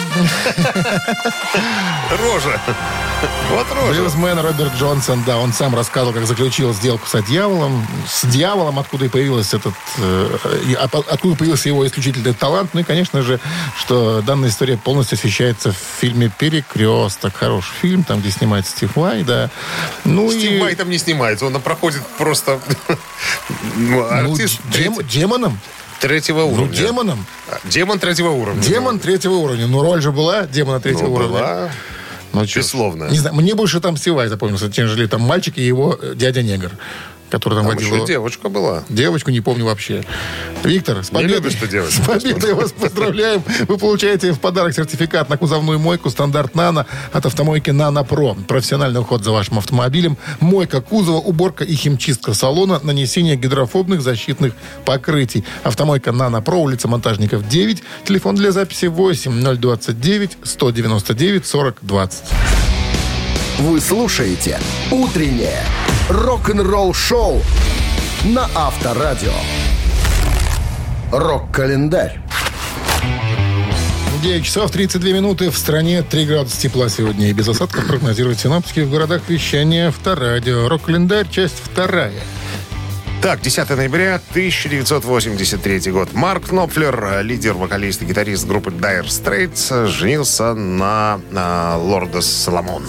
Speaker 3: Рожа. Вот рожа.
Speaker 2: Блюзмен Роберт Джонсон, да, он сам рассказывал, как заключил сделку со дьяволом. С дьяволом, откуда и появился этот... Э, откуда появился его исключительный талант. Ну и, конечно же, что данная история полностью освещается в фильме «Перекресток». Хороший фильм, там, где снимается Стив Vai, да. Ну,
Speaker 3: Стив
Speaker 2: и...
Speaker 3: Vai там не снимается. Он проходит просто...
Speaker 2: Ну,
Speaker 3: Артист
Speaker 2: дем- демоном.
Speaker 3: третьего уровня.
Speaker 2: Ну, демоном.
Speaker 3: Демон третьего уровня.
Speaker 2: Демон третьего уровня. Ну, роль же была демона третьего
Speaker 3: Ну,
Speaker 2: уровня.
Speaker 3: была.
Speaker 2: Ну, чё ж.
Speaker 3: Безусловно.
Speaker 2: Не знаю, мне больше там Стив Vai запомнился, нежели там мальчик и его э, дядя-негр, который там,
Speaker 3: Там
Speaker 2: водил
Speaker 3: еще
Speaker 2: его.
Speaker 3: девочка была.
Speaker 2: Девочку не помню вообще. Виктор, с
Speaker 3: Не
Speaker 2: победой,
Speaker 3: любишь ты девочек?
Speaker 2: с победой вас поздравляем. Вы получаете в подарок сертификат на кузовную мойку стандарт «Нано» от автомойки «Нано Про». Профессиональный уход за вашим автомобилем, мойка кузова, уборка и химчистка салона, нанесение гидрофобных защитных покрытий. Автомойка «Нано Про», улица Монтажников, девять. Телефон для записи восемь ноль двадцать девять сто девяносто девять сорок двадцать.
Speaker 1: Вы слушаете «Утреннее рок-н-ролл-шоу» на Авторадио. Рок-календарь.
Speaker 2: девять часов тридцать две минуты. В стране три градуса тепла сегодня и без осадков прогнозируют синоптики в городах вещания Авторадио. Рок-календарь, часть вторая.
Speaker 3: Так, десятого ноября тысяча девятьсот восемьдесят третий год. Марк Knopfler, лидер, вокалист и гитарист группы Dire Straits, женился на, на Лордес Соломон.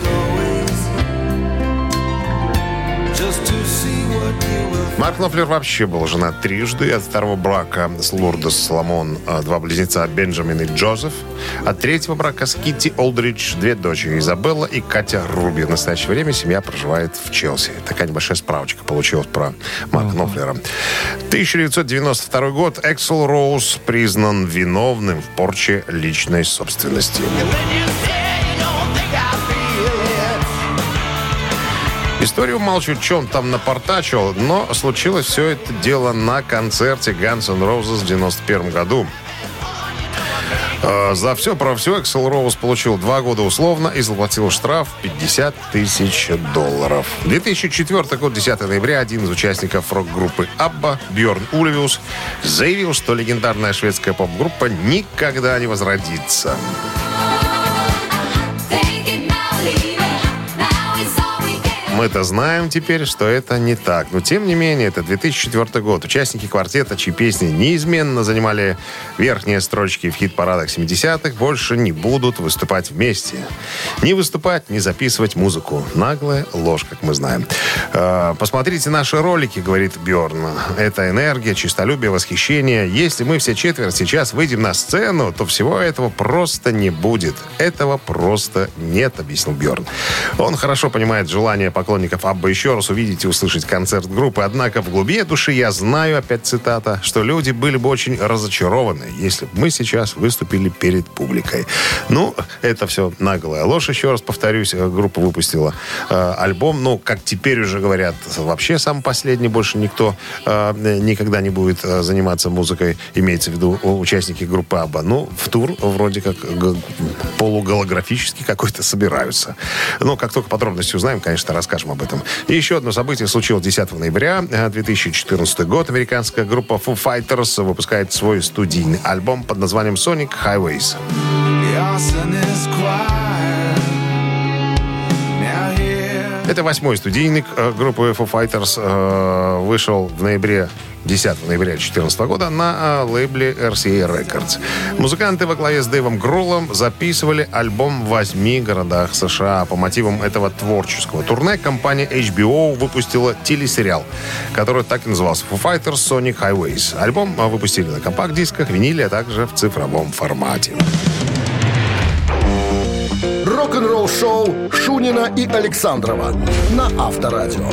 Speaker 3: Марк Knopfler вообще был женат трижды. От второго брака с Лордес Соломон два близнеца Бенджамин и Джозеф. От третьего брака с Китти Олдридж две дочери Изабелла и Катя Руби. В настоящее время семья проживает в Челси. Такая небольшая справочка получилась про Марка Knopfler. тысяча девятьсот девяносто второй год. Эксел Роуз признан виновным в порче личной собственности. Историю умалчивают, что он там напортачил, но случилось все это дело на концерте Guns N' Roses в девяносто первом году. Э, за все про все Эксел Роуз получил два года условно и заплатил штраф пятьдесят тысяч долларов. две тысячи четвёртый год, десятого ноября, один из участников рок-группы Абба, Бьорн Ульвиус, заявил, что легендарная шведская поп-группа никогда не возродится. Мы-то знаем теперь, что это не так. Но, тем не менее, это две тысячи четвёртый год. Участники квартета, чьи песни неизменно занимали верхние строчки в хит-парадах семидесятых, больше не будут выступать вместе. Не выступать, не записывать музыку. Наглая ложь, как мы знаем. Э, посмотрите наши ролики, говорит Бьорн. Это энергия, честолюбие, восхищение. Если мы все четверо сейчас выйдем на сцену, то всего этого просто не будет. Этого просто нет, объяснил Бьорн. Он хорошо понимает желание поклонников Абба еще раз увидеть и услышать концерт группы. Однако в глубине души я знаю, опять цитата, что люди были бы очень разочарованы, если бы мы сейчас выступили перед публикой. Ну, это все наглая ложь, еще раз повторюсь. Группа выпустила э, альбом. Ну, как теперь уже говорят, вообще самый последний. Больше никто э, никогда не будет э, заниматься музыкой, имеется в виду участники группы Абба. Ну, в тур вроде как г- полуголографически какой-то собираются. Но как только подробности узнаем, конечно, расскажем об этом. И еще одно событие случилось десятого ноября две тысячи четырнадцатый год. Американская группа Foo Fighters выпускает свой студийный альбом под названием Sonic Highways. Это восьмой студийник э, группы Foo Fighters. Э, вышел в ноябре, десятого ноября две тысячи четырнадцатого года на э, лейбле эр си эй Records. Музыканты во главе с Дэйвом Гроллом записывали альбом в восьми городах США. По мотивам этого творческого турне компания эйч би о выпустила телесериал, который так и назывался Foo Fighters Sonic Highways. Альбом э, выпустили на компакт-дисках, виниле, а также в цифровом формате.
Speaker 1: Рок-н-ролл-шоу Шунина и Александрова на Авторадио.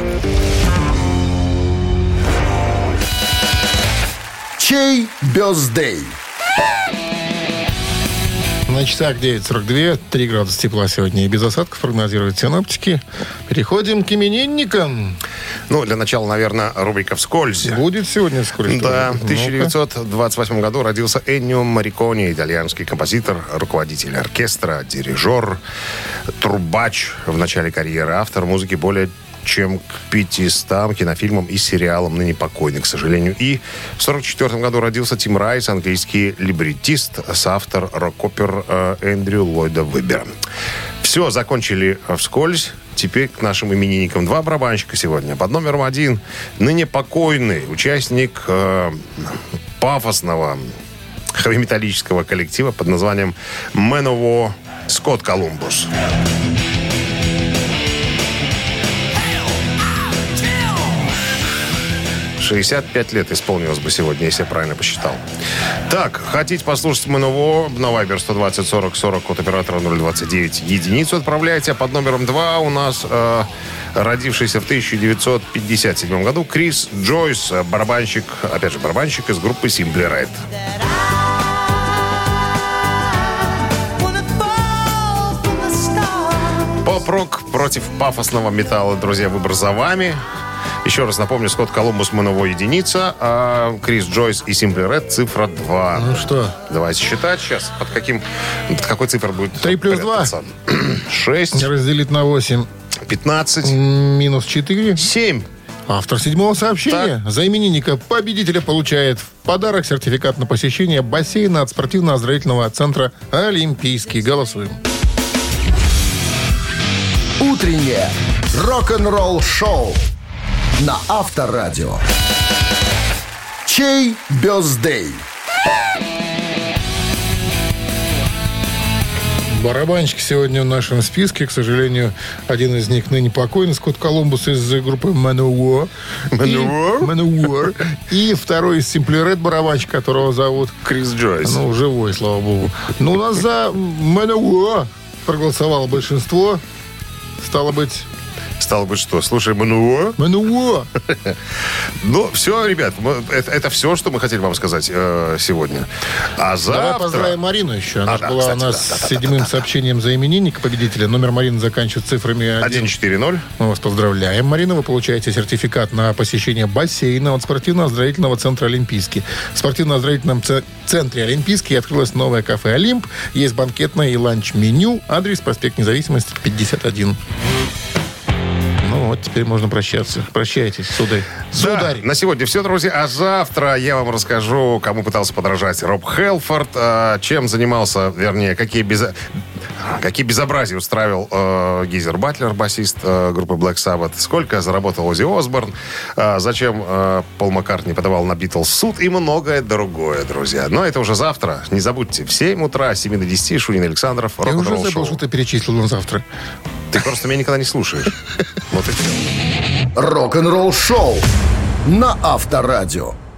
Speaker 1: Чей бёздей?
Speaker 2: На часах девять сорок два, три градуса тепла сегодня и без осадков прогнозируют синоптики. Переходим к именинникам.
Speaker 3: Ну, для начала, наверное, рубрика «Вскользь».
Speaker 2: Будет сегодня вскользь?
Speaker 3: Да, в тысяча девятьсот двадцать восьмом году родился Эннио Морриконе, итальянский композитор, руководитель оркестра, дирижер, трубач в начале карьеры, автор музыки более чем к пятистам кинофильмам и сериалам, ныне покойный, к сожалению. И в сорок четвёртом году родился Тим Райс, английский либретист, соавтор рок-опер э, Эндрю Ллойда Вебера. Все, закончили вскользь. Теперь к нашим именинникам. Два барабанщика сегодня. Под номером один ныне покойный участник э, пафосного хэви-металлического коллектива под названием Manowar Скотт Колумбус. шестьдесят пять лет исполнилось бы сегодня, если я правильно посчитал. Так, хотите послушать Manowar? На Вайбер сто двадцать сорок сорок, код оператора ноль двадцать девять. Единицу отправляйте. А под номером два у нас э, родившийся в тысяча девятьсот пятьдесят седьмом году Крис Джойс, барабанщик, опять же, барабанщик из группы Simply Red. Поп-рок против пафосного металла, друзья, выбор за вами. Еще раз напомню, Скотт Колумбус Manowar единица, а Крис Джойс и Simply Red цифра два.
Speaker 2: Ну что?
Speaker 3: Давайте считать сейчас. Под каким, под какой цифрой будет?
Speaker 2: три плюс два.
Speaker 3: шесть.
Speaker 2: Разделить на восемь.
Speaker 3: пятнадцать.
Speaker 2: Минус четыре.
Speaker 3: семь.
Speaker 2: Автор седьмого сообщения так. За именинника победителя получает в подарок сертификат на посещение бассейна от спортивно-оздоровительного центра «Олимпийский». Голосуем.
Speaker 1: Утреннее рок-н-ролл-шоу на Авторадио. Чей бёздей?
Speaker 2: Барабанщик сегодня в нашем списке. К сожалению, один из них ныне покойный, Скотт Колумбус из группы Manowar.
Speaker 3: Manowar?
Speaker 2: И, Manowar. И второй из Simply Red барабанщик, которого зовут
Speaker 3: Крис Джойс.
Speaker 2: Ну, живой, слава богу. Ну, у нас за Manowar проголосовало большинство. Стало быть...
Speaker 3: Стало быть, что? Слушай, Manowar?
Speaker 2: Manowar.
Speaker 3: Ну, все, ребят, мы, это, это все, что мы хотели вам сказать э, сегодня. А завтра...
Speaker 2: Давай поздравим Марину еще. Она
Speaker 3: а,
Speaker 2: же
Speaker 3: да,
Speaker 2: была
Speaker 3: кстати,
Speaker 2: у нас
Speaker 3: да, да,
Speaker 2: с
Speaker 3: да,
Speaker 2: седьмым
Speaker 3: да, да,
Speaker 2: сообщением за именинника победителя. Номер Марины заканчивается цифрами
Speaker 3: один четыре ноль.
Speaker 2: Мы вас поздравляем, Марина. Вы получаете сертификат на посещение бассейна от спортивно-оздоровительного центра «Олимпийский». В спортивно-оздоровительном ц- центре «Олимпийский» открылось новое кафе «Олимп». Есть банкетное и ланч-меню. Адрес: проспект Независимости, пятьдесят один. Ну вот, теперь можно прощаться. Прощайтесь, сударь.
Speaker 3: Да, на сегодня все, друзья. А завтра я вам расскажу, кому пытался подражать Роб Хелфорд, чем занимался, вернее, какие, безо... какие безобразия устраивал э, Гизер Батлер, басист э, группы Black Sabbath, сколько заработал Оззи Осборн, э, зачем э, Пол Маккартни подавал на Битлз в суд и многое другое, друзья. Но это уже завтра. Не забудьте, в семь утра, с семи до десяти, Шунин Александров,
Speaker 2: Я уже
Speaker 3: рок-н-ролл
Speaker 2: забыл,
Speaker 3: шоу.
Speaker 2: что ты перечислил на завтра.
Speaker 3: Ты просто меня никогда не слушаешь. Вот и все.
Speaker 1: Рок-н-ролл шоу на Авторадио.